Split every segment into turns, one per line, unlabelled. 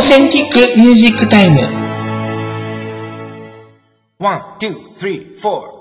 オーセンティックミュージックタイム。
1、2、3、4。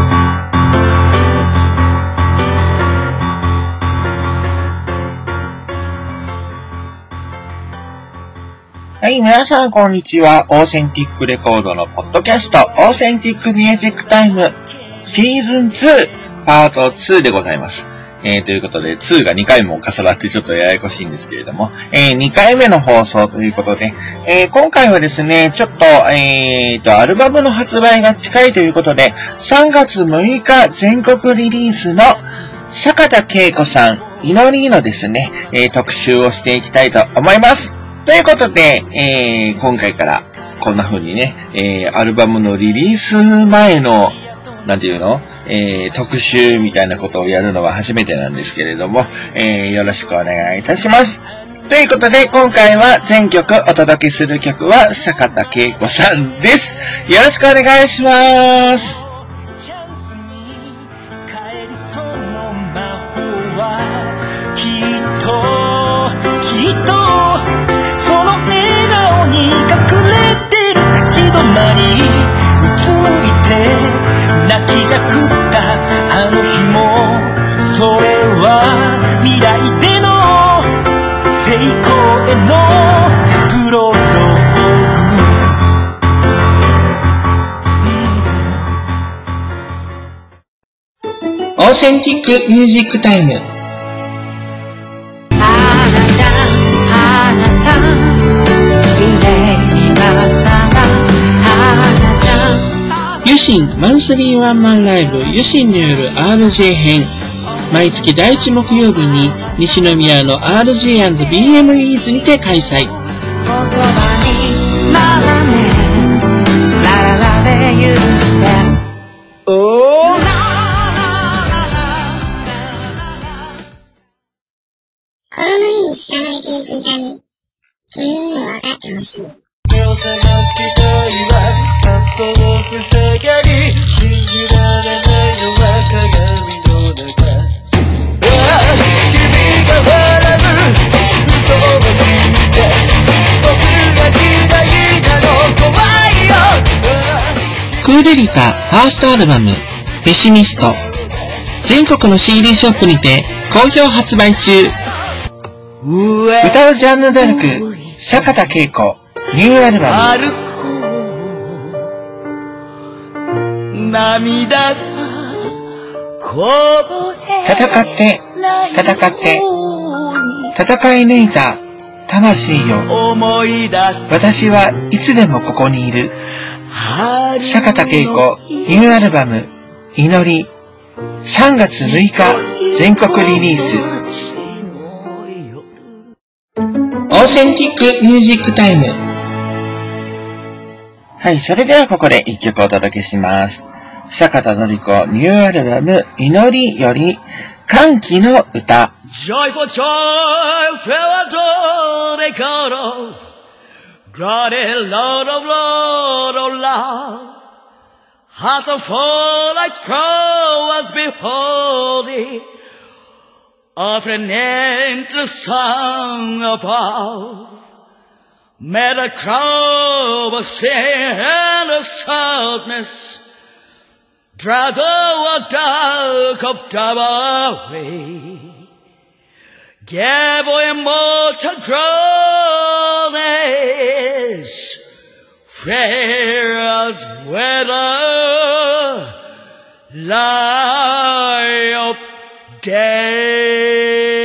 はい、皆さんこんにちは。オーセンティックレコードのポッドキャスト、オーセンティックミュージックタイムシーズン2パート2でございます。ということで、2が2回も重なってちょっとややこしいんですけれども、2回目の放送ということで、今回はですね、ちょっと、アルバムの発売が近いということで、3月6日全国リリースの坂田佳子さん、祈りのですね、特集をしていきたいと思います。ということで、今回からこんな風にね、アルバムのリリース前のなんていうの、特集みたいなことをやるのは初めてなんですけれども、よろしくお願いいたします。ということで、今回は全曲お届けする曲は坂田佳子さんです。よろしくお願いします。
きっとその笑顔に隠れてる立ち止まり、うつむいて泣きじゃくったあの日も、それは未来での成功へのプロロ
ーグ。オーセンティックミュージックタイム。ユシンマンスリーワンマンライブユシンによる RJ 編、毎月第1木曜日に西宮の RJ&BMEs にて開催。
汚いていく痛み、君にも分かってほしい。
目を覚ます期待は発砲を塞がり、信じられないのは鏡の中。君が笑う嘘をついて、僕が嫌いなの怖いよ。
クーデリカファーストアルバムペシミスト、全国の CD ショップにて好評発売中。歌うジャンヌ・ダルク坂田佳子ニューアルバ
ム。涙がこぼれ、
戦って戦って戦い抜いた魂よ、私はいつでもここにいる。坂田佳子ニューアルバム祈り、3月6日全国リリース。オーセンティックミュージックタイム。はい、それではここで一曲お届けします。坂田典子ニューアルバム祈りより歓喜の歌。
Joy for joy, farewell to the God, Glory Lord of Lord of love, Hearts of fall like flowers before thee, offering into song above. May the crowd of sin and of sadness drive the dark of time away. Give immortal groanings, fair as weather, light of day.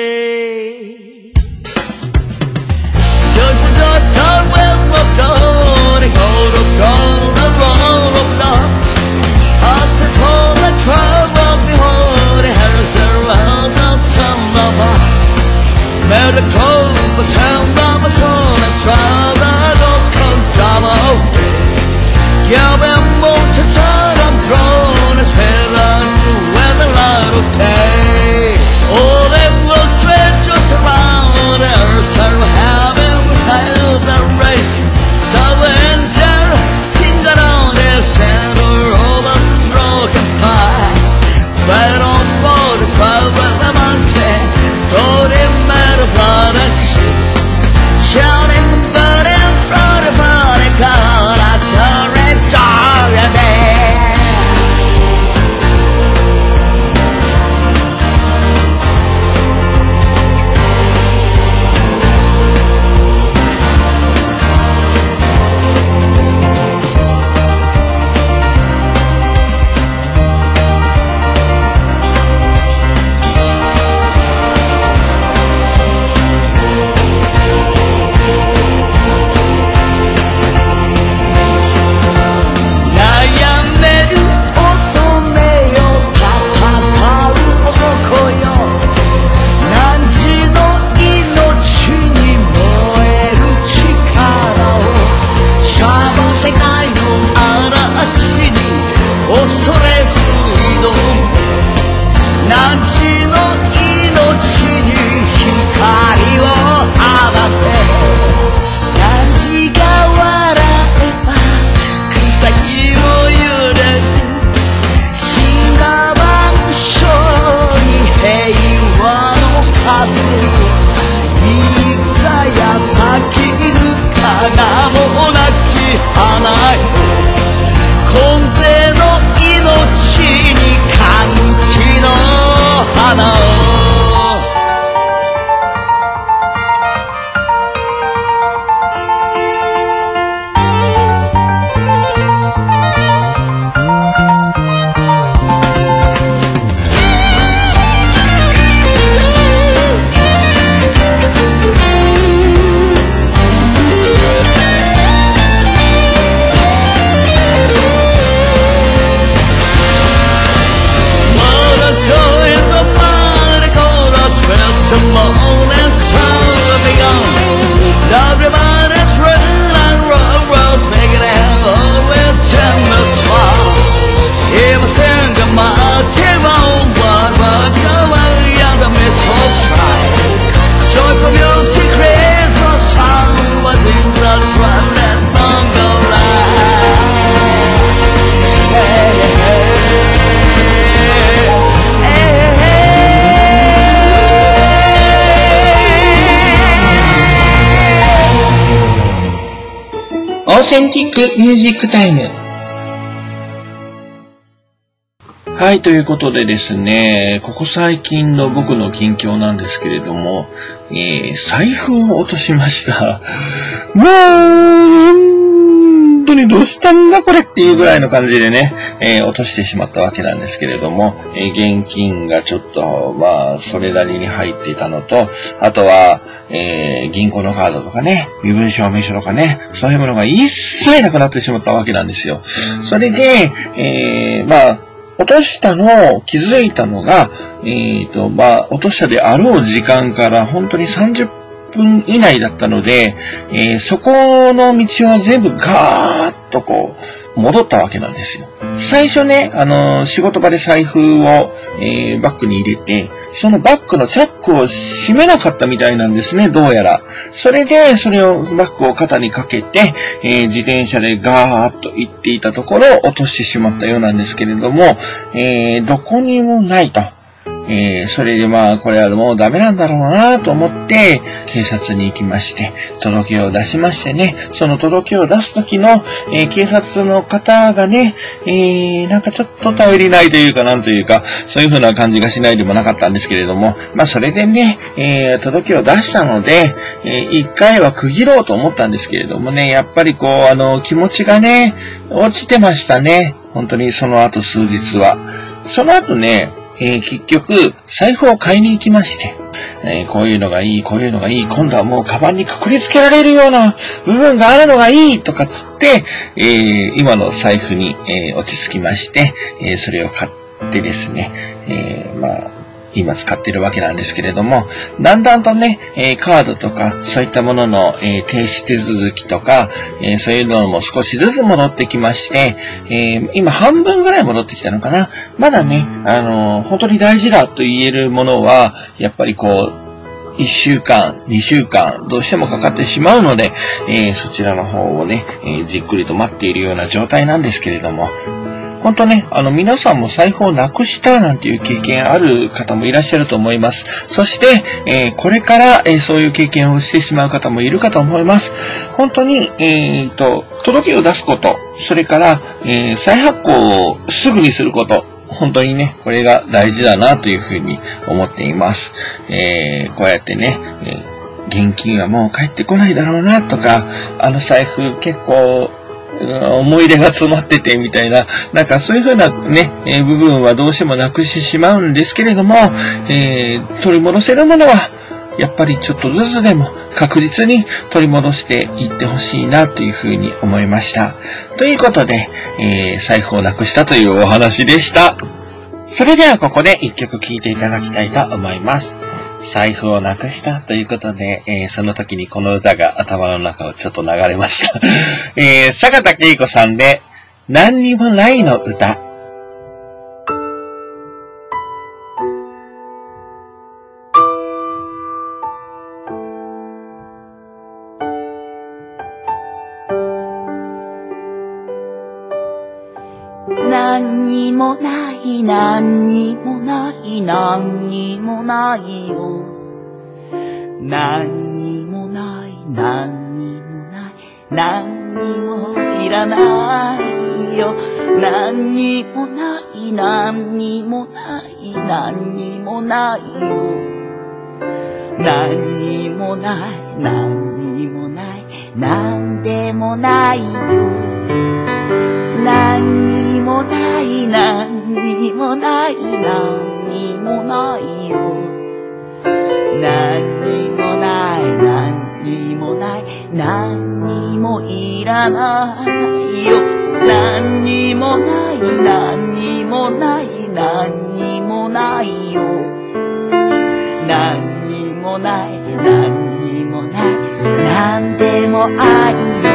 Joyful joy, star, well of dawn, gold of gold, the roll of love. Hearts that fall like trouble, behold, it has around the sun above. May the clover sound of a soul and strive that don't come down away. Give him more to turn and throne as fair as when the light of day. All them will stretch us around, earth and heaven with hills and race. So angel, sing around their center of a broken pie. Right on board is proud by the mountain, floating by the flood and sea. Shouting by
ーセンティックミュージックタイム。はい、ということでですね、ここ最近の僕の近況なんですけれども、財布を落としました。もう、本当にどうしたんだこれっていうぐらいの感じでね、落としてしまったわけなんですけれども、現金がちょっと、それなりに入っていたのと、あとは、銀行のカードとかね、身分証明書とかね、そういうものが一切なくなってしまったわけなんですよ。それで、落としたのを気づいたのが、落としたであろう時間から本当に30分以内だったので、そこの道は全部ガーッと戻ったわけなんですよ。最初ね、仕事場で財布を、バッグに入れて、そのバッグのチャックを閉めなかったみたいなんですね、どうやら。それで、それをバッグを肩にかけて、自転車でガーッと行っていたところを落としてしまったようなんですけれども、どこにもないと。それでこれはもうダメなんだろうなと思って、警察に行きまして、届けを出しましてね、その届けを出す時の、警察の方がね、なんかちょっと頼りないというかなんというか、そういう風な感じがしないでもなかったんですけれども、それでね、届けを出したので、一回は区切ろうと思ったんですけれどもね、やっぱり気持ちがね、落ちてましたね。本当にその後数日は。その後ね、結局、財布を買いに行きまして、こういうのがいい、こういうのがいい、今度はもうカバンにくくりつけられるような部分があるのがいいとかつって、今の財布に、落ち着きまして、それを買ってですね、今使っているわけなんですけれども、だんだんとね、カードとか、そういったものの、停止手続きとか、そういうのも少しずつ戻ってきまして、今半分ぐらい戻ってきたのかな。まだね、本当に大事だと言えるものは、やっぱり1週間、2週間、どうしてもかかってしまうので、そちらの方をね、じっくりと待っているような状態なんですけれども、本当ね、皆さんも財布をなくしたなんていう経験ある方もいらっしゃると思います。そして、これから、そういう経験をしてしまう方もいるかと思います。本当に、届けを出すこと、それから、再発行をすぐにすること、本当にね、これが大事だなというふうに思っています。こうやってね、現金はもう帰ってこないだろうなとか、財布結構、思い出が詰まっててみたいな、なんかそういう風なね、部分はどうしてもなくしてしまうんですけれども、取り戻せるものは、やっぱりちょっとずつでも確実に取り戻していってほしいなという風に思いました。ということで、財布をなくしたというお話でした。それではここで一曲聴いていただきたいと思います。財布をなくしたということで、その時にこの歌が頭の中をちょっと流れました。坂田恵子さんで、何にもないの歌。
何にもない、何にもない、何にもないよ。何にもない、何にもない、何にもいらないよ。何にもない、何にもない、何にもないよ。何にもない、何にもない、なんでもないよ。何にもない、何にもない、何にもないよ。何にもない、何にもない、何にもいらないよ。何にもない、何にもない、何にもないよ。何にもない、何にもない、なんでもあるよ。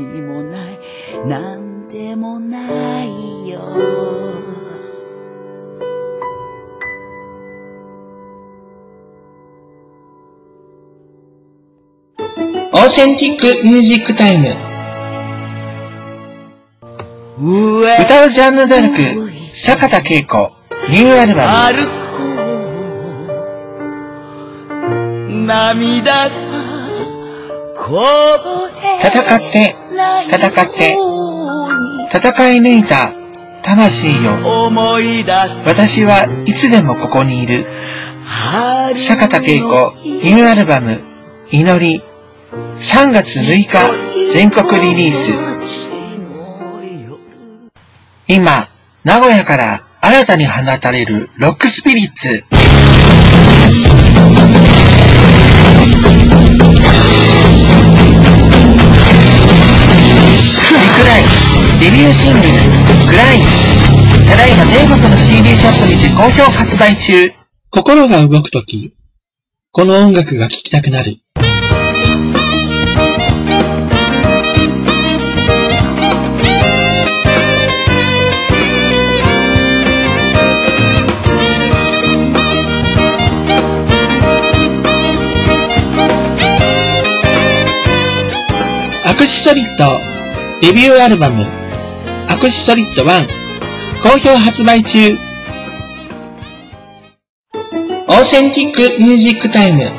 にもない、なんでもないよ。
オーセンティックミュージックタイム。歌うジャンヌダルク、坂田佳子、ニューアルバム。
涙がこぼれ
戦って、戦って、戦い抜いた魂よ。
思い出す
私はいつでもここにいる。坂田佳子、ニューアルバム、祈り。3月6日、全国リリース。今、名古屋から新たに放たれるロックスピリッツ。リクライン、デビューシングル、クライン。ただいま全国の CD ショップにて好評発売中。心が動くとき、この音楽が聴きたくなる。アクシソリッドデビューアルバムアクシソリッド1好評発売中。オーセンティックミュージックタイム。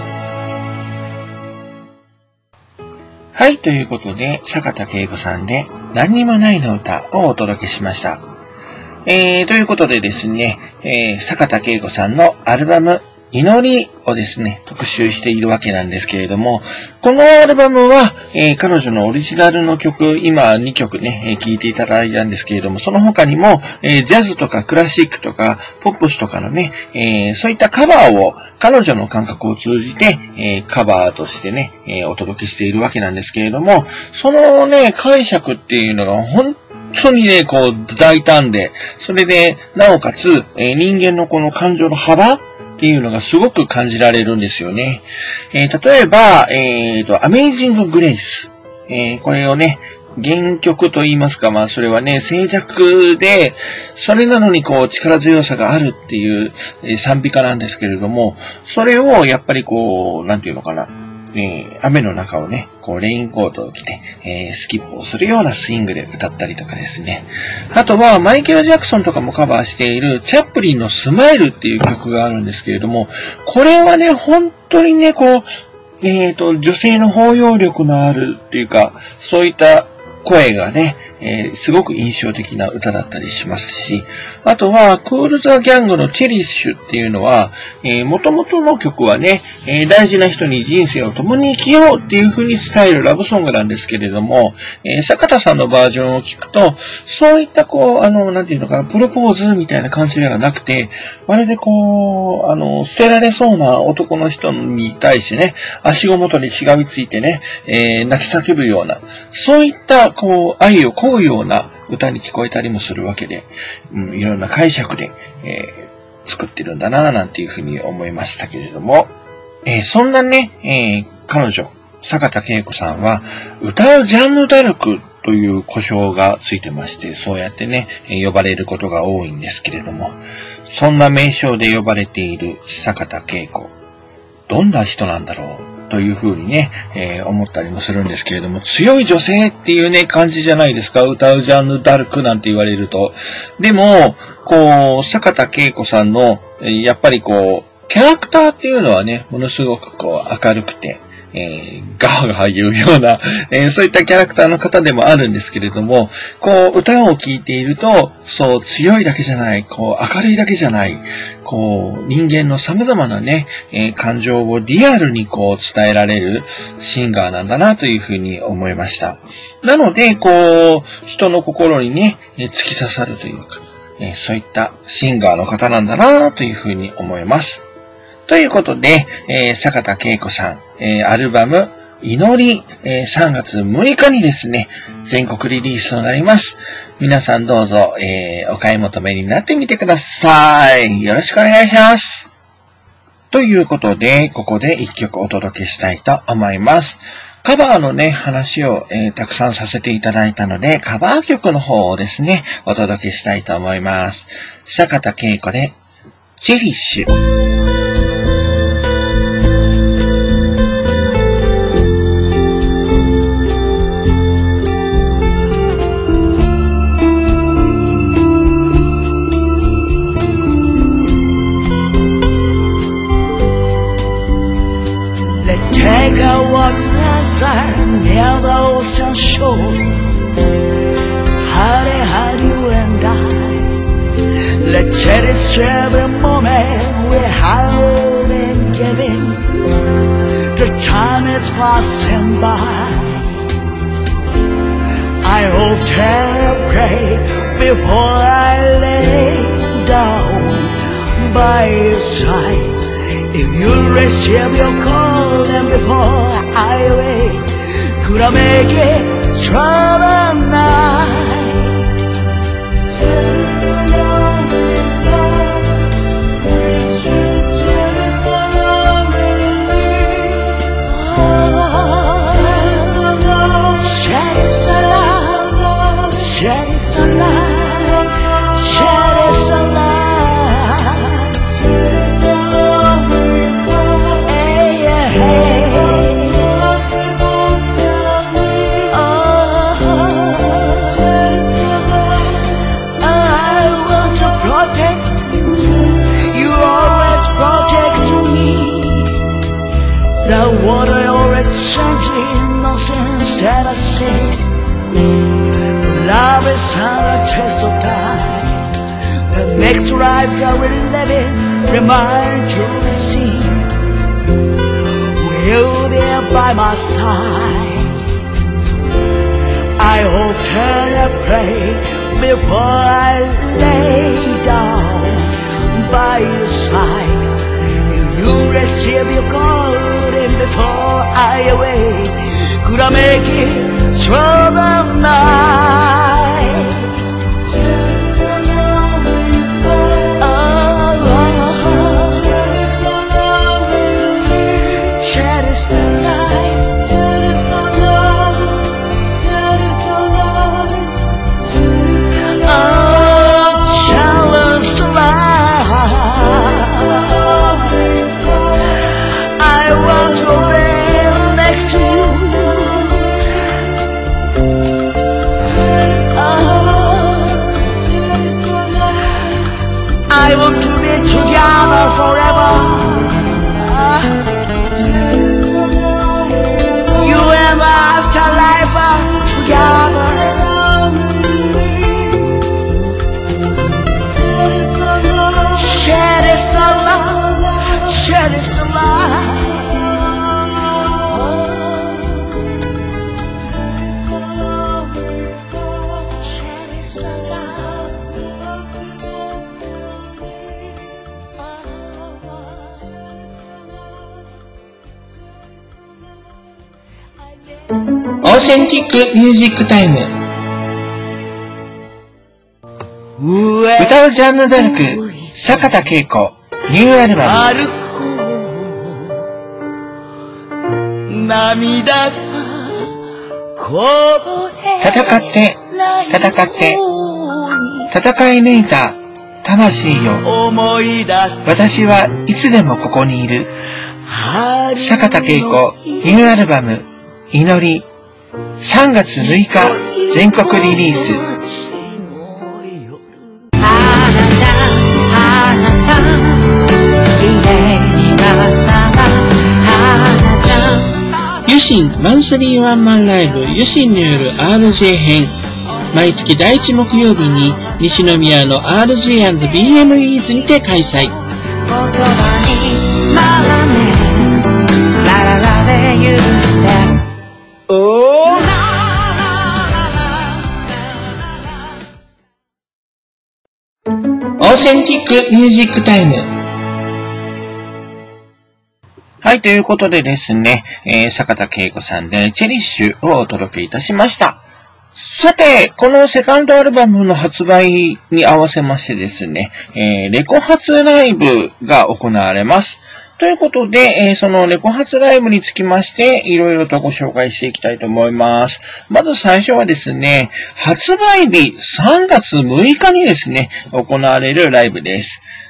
はい、ということで坂田佳子さんで何にもないの歌をお届けしました。ということでですね、坂田佳子さんのアルバム祈りをですね、特集しているわけなんですけれども、このアルバムは、彼女のオリジナルの曲、今2曲ね、聴いていただいたんですけれども、その他にも、ジャズとかクラシックとか、ポップスとかのね、そういったカバーを彼女の感覚を通じて、カバーとしてね、お届けしているわけなんですけれども、そのね、解釈っていうのが本当にね、こう、大胆で、それで、なおかつ、人間のこの感情の幅っていうのがすごく感じられるんですよね。例えば、アメイジング・グレイス。これをね、原曲と言いますか、まあそれはね、静寂で、それなのにこう力強さがあるっていう、賛美歌なんですけれども、それをやっぱりこう、なんていうのかな。雨の中をね、こうレインコートを着て、スキップをするようなスイングで歌ったりとかですね。あとはマイケル・ジャクソンとかもカバーしているチャップリンのスマイルっていう曲があるんですけれども、これはね、本当にね、こう、女性の包容力のあるっていうか、そういった声がね、すごく印象的な歌だったりしますし、あとは、クール・ザ・ギャングのチェリッシュっていうのは、元々の曲はね、大事な人に人生を共に生きようっていう風に伝えるラブソングなんですけれども、坂田さんのバージョンを聞くと、そういったこう、なんていうのかな、プロポーズみたいな感じではなくて、まるでこう、捨てられそうな男の人に対してね、足ごもとにしがみついてね、泣き叫ぶような、そういった、こう、愛をこうような歌に聞こえたりもするわけで、いろんな解釈で、作ってるんだなぁなんていうふうに思いましたけれども、そんなね、彼女、坂田佳子さんは、歌うジャンヌダルクという呼称がついてまして、そうやってね、呼ばれることが多いんですけれども、そんな名称で呼ばれている坂田佳子、どんな人なんだろうというふうにね、思ったりもするんですけれども、強い女性っていうね、感じじゃないですか。歌うジャンヌダルクなんて言われると。でも、こう、坂田佳子さんの、やっぱりこう、キャラクターっていうのはね、ものすごくこう、明るくて、ガーガー言うような、そういったキャラクターの方でもあるんですけれども、こう、歌を聴いていると、そう、強いだけじゃない、こう、明るいだけじゃない、こう、人間の様々なね、感情をリアルにこう、伝えられるシンガーなんだなというふうに思いました。なので、こう、人の心にね、突き刺さるというか、そういったシンガーの方なんだなというふうに思います。ということで、坂田佳子さん、アルバム、祈り、3月6日にですね、全国リリースとなります。皆さんどうぞ、お買い求めになってみてください。よろしくお願いします。ということで、ここで一曲お届けしたいと思います。 カバーのね、話を、たくさんさせていただいたので、カバー曲の方をですね、お届けしたいと思います。坂田佳子で、チェリッシュ。
Take a walk outside near the ocean shore. Honey, honey, you and I. Let's cherish every moment we're held and giving. The time is passing by. I hope and pray before I lay down by your side.If you receive your call and before I wait, could I make it through the night? The water already changing, nothing's that I see. Love is on a taste of time. The next life that we're living reminds you to see. Will there by my side? I hope and I pray before I lay down by your side.You receive your call and before I awake, could I make it through the night? Cherish the night. Cherish the night.I want to be next to you. I want to be together forever. You and the afterlife are together. Cherish the love, cherish the life.
オーセンティックミュージックタイム。歌うジャンヌ・ダルク、坂田佳子、ニューアルバム。
涙がこぼれ
戦って、戦って、戦い抜いた魂よ。私はいつでもここにいる。坂田佳子、ニューアルバム、祈り、3月6日全国リリース。ユシンマンスリーワンマンライブユシンによる RJ 編。毎月第1木曜日に西宮の RJ&BMEs にて開催。オーセンティックミュージックタイム。はい、ということでですね、坂田佳子さんでチェリッシュをお届けいたしました。さて、このセカンドアルバムの発売に合わせましてですね、レコ発ライブが行われます。 ということで、その猫発ライブにつきまして、いろいろとご紹介していきたいと思います。まず最初はですね、発売日3月6日にですね、行われるライブです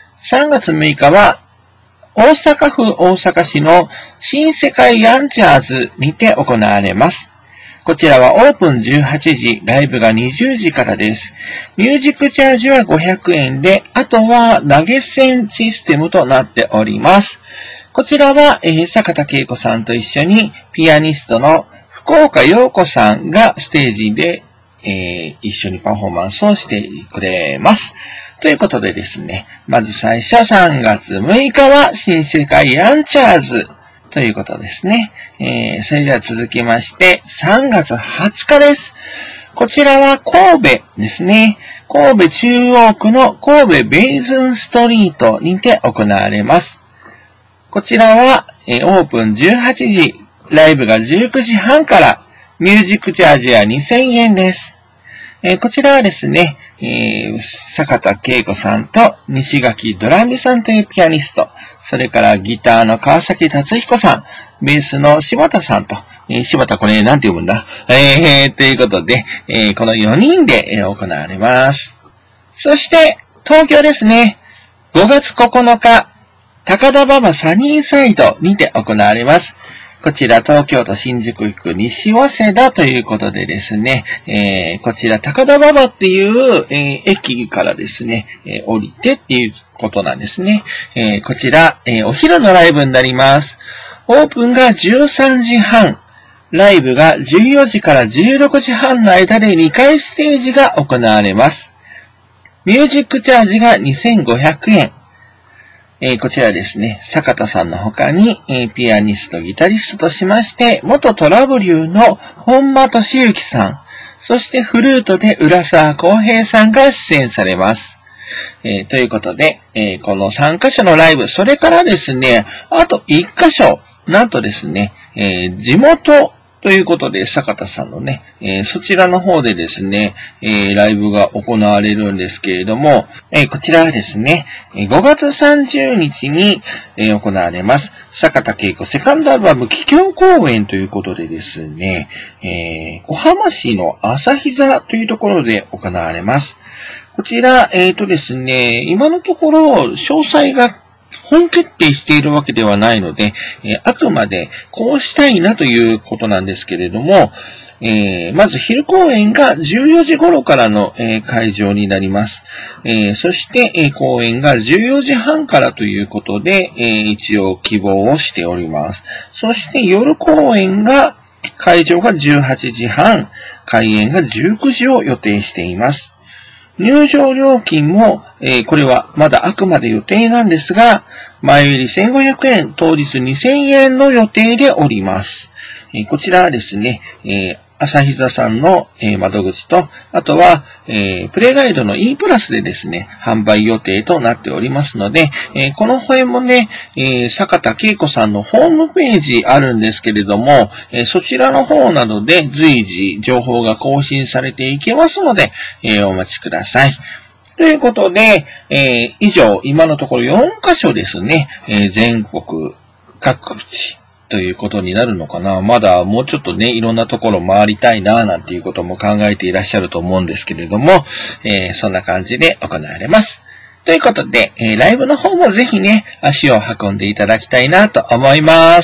。3月6日は、大阪府大阪市の新世界ヤンチャーズにて行われます。こちらはオープン18時、ライブが20時からです。ミュージックチャージは500円で、あとは投げ銭システムとなっております。こちらは、坂田恵子さんと一緒にピアニストの福岡陽子さんがステージで、一緒にパフォーマンスをしてくれます。ということでですね、まず最初3月6日は新世界ヤンチャーズということですね。それでは続きまして3月20日です。こちらは神戸ですね。神戸中央区の神戸ベイズンストリートにて行われます。こちらは、オープン18時、ライブが19時半から、ミュージックチャージは2000円です。こちらはですね、坂田恵子さんと西垣ドラミさんというピアニスト、それからギターの川崎達彦さん、ベースの柴田さんと、柴田これなんて読むんだということで、この4人で行われます。そして、東京ですね、5月9日、高田馬場サニーサイドにて行われます。こちら東京都新宿区西早稲田ということでですね、こちら高田馬場っていう、駅からですね、降りてっていうことなんですね。こちら、お昼のライブになります。オープンが13時半、ライブが14時から16時半の間で2回ステージが行われます。ミュージックチャージが2500円。こちらですね、坂田さんの他に、ピアニスト、ギタリストとしまして、元トラブリューの本間俊之さん、そしてフルートで浦沢浩平さんが出演されます。ということで、この3カ所のライブ、それからですね、あと1カ所、なんとですね、地元ということで、坂田さんのね、そちらの方でですね、ライブが行われるんですけれども、こちらはですね、5月30日に、行われます。坂田恵子セカンドアルバム帰郷公演ということでですね、小浜市の旭座というところで行われます。こちら、ですね、今のところ詳細が本決定しているわけではないので、あくまでこうしたいなということなんですけれども、まず昼公演が14時頃からの、会場になります。そして、公演が14時半からということで、一応希望をしております。そして夜公演が会場が18時半、開演が19時を予定しています。入場料金も、これはまだあくまで予定なんですが、前売り1500円、当日2000円の予定でおります。こちらはですね、旭座さんの、窓口と、あとは、プレイガイドの E プラスでですね、販売予定となっておりますので、この辺もね、坂田恵子さんのホームページあるんですけれども、そちらの方などで随時情報が更新されていきますので、お待ちください。ということで、以上、今のところ4カ所ですね、全国各地。ということになるのかな。まだもうちょっとね、いろんなところ回りたいな、なんていうことも考えていらっしゃると思うんですけれども、そんな感じで行われます。ということで、ライブの方もぜひね、足を運んでいただきたいなと思います。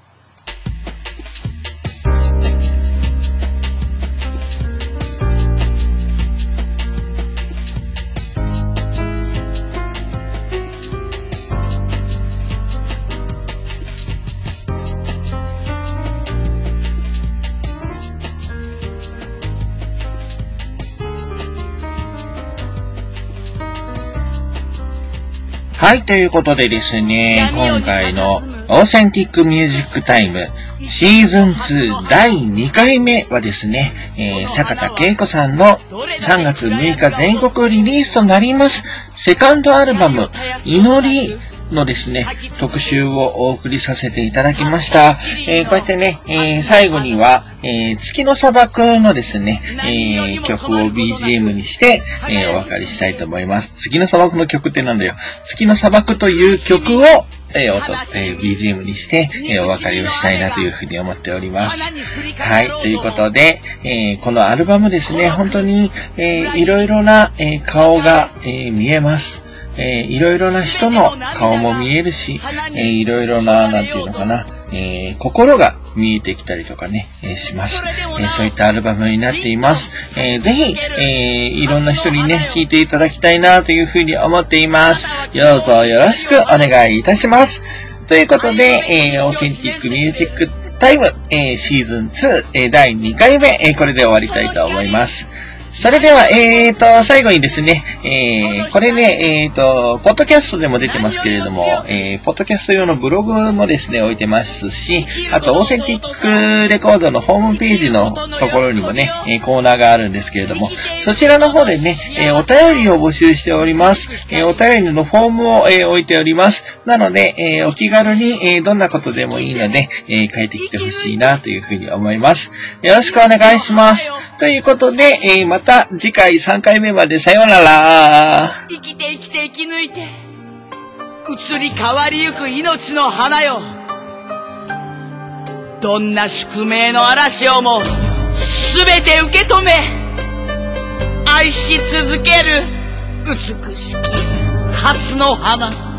はい、ということでですね、今回のオーセンティックミュージックタイムシーズン2第2回目はですね、坂田恵子さんの3月6日全国リリースとなりますセカンドアルバム祈りのですね、特集をお送りさせていただきました。こうやってね、最後には、月の砂漠のですね、曲を BGM にして、お別れしたいと思います。月の砂漠の曲ってなんだよ。月の砂漠という曲を、 BGM にして、お別れをしたいなというふうに思っております。はい。ということで、このアルバムですね、本当に、いろいろな、顔が、見えます。いろいろな人の顔も見えるし、いろいろな、なんていうのかな、心が見えてきたりとかね、します。そういったアルバムになっています。ぜひ、いろんな人にね、聴いていただきたいなというふうに思っています。どうぞよろしくお願いいたします。ということで、オーセンティックミュージックタイム、シーズン2、第2回目、これで終わりたいと思います。それでは、最後にですね、これね、ポッドキャストでも出てますけれども、ポッドキャスト用のブログもですね、置いてますし、あと、オーセンティックレコードのホームページのところにもね、コーナーがあるんですけれども、そちらの方でね、お便りを募集しております。お便りのフォームを、置いております。なので、お気軽に、どんなことでもいいので、書いてきてほしいなというふうに思います。よろしくお願いします。ということで、また次回3回目までさようなら。
生きて生きて生き抜いて移り変わりゆく命の花よ、どんな宿命の嵐をもすべて受け止め愛し続ける美しき蓮の花。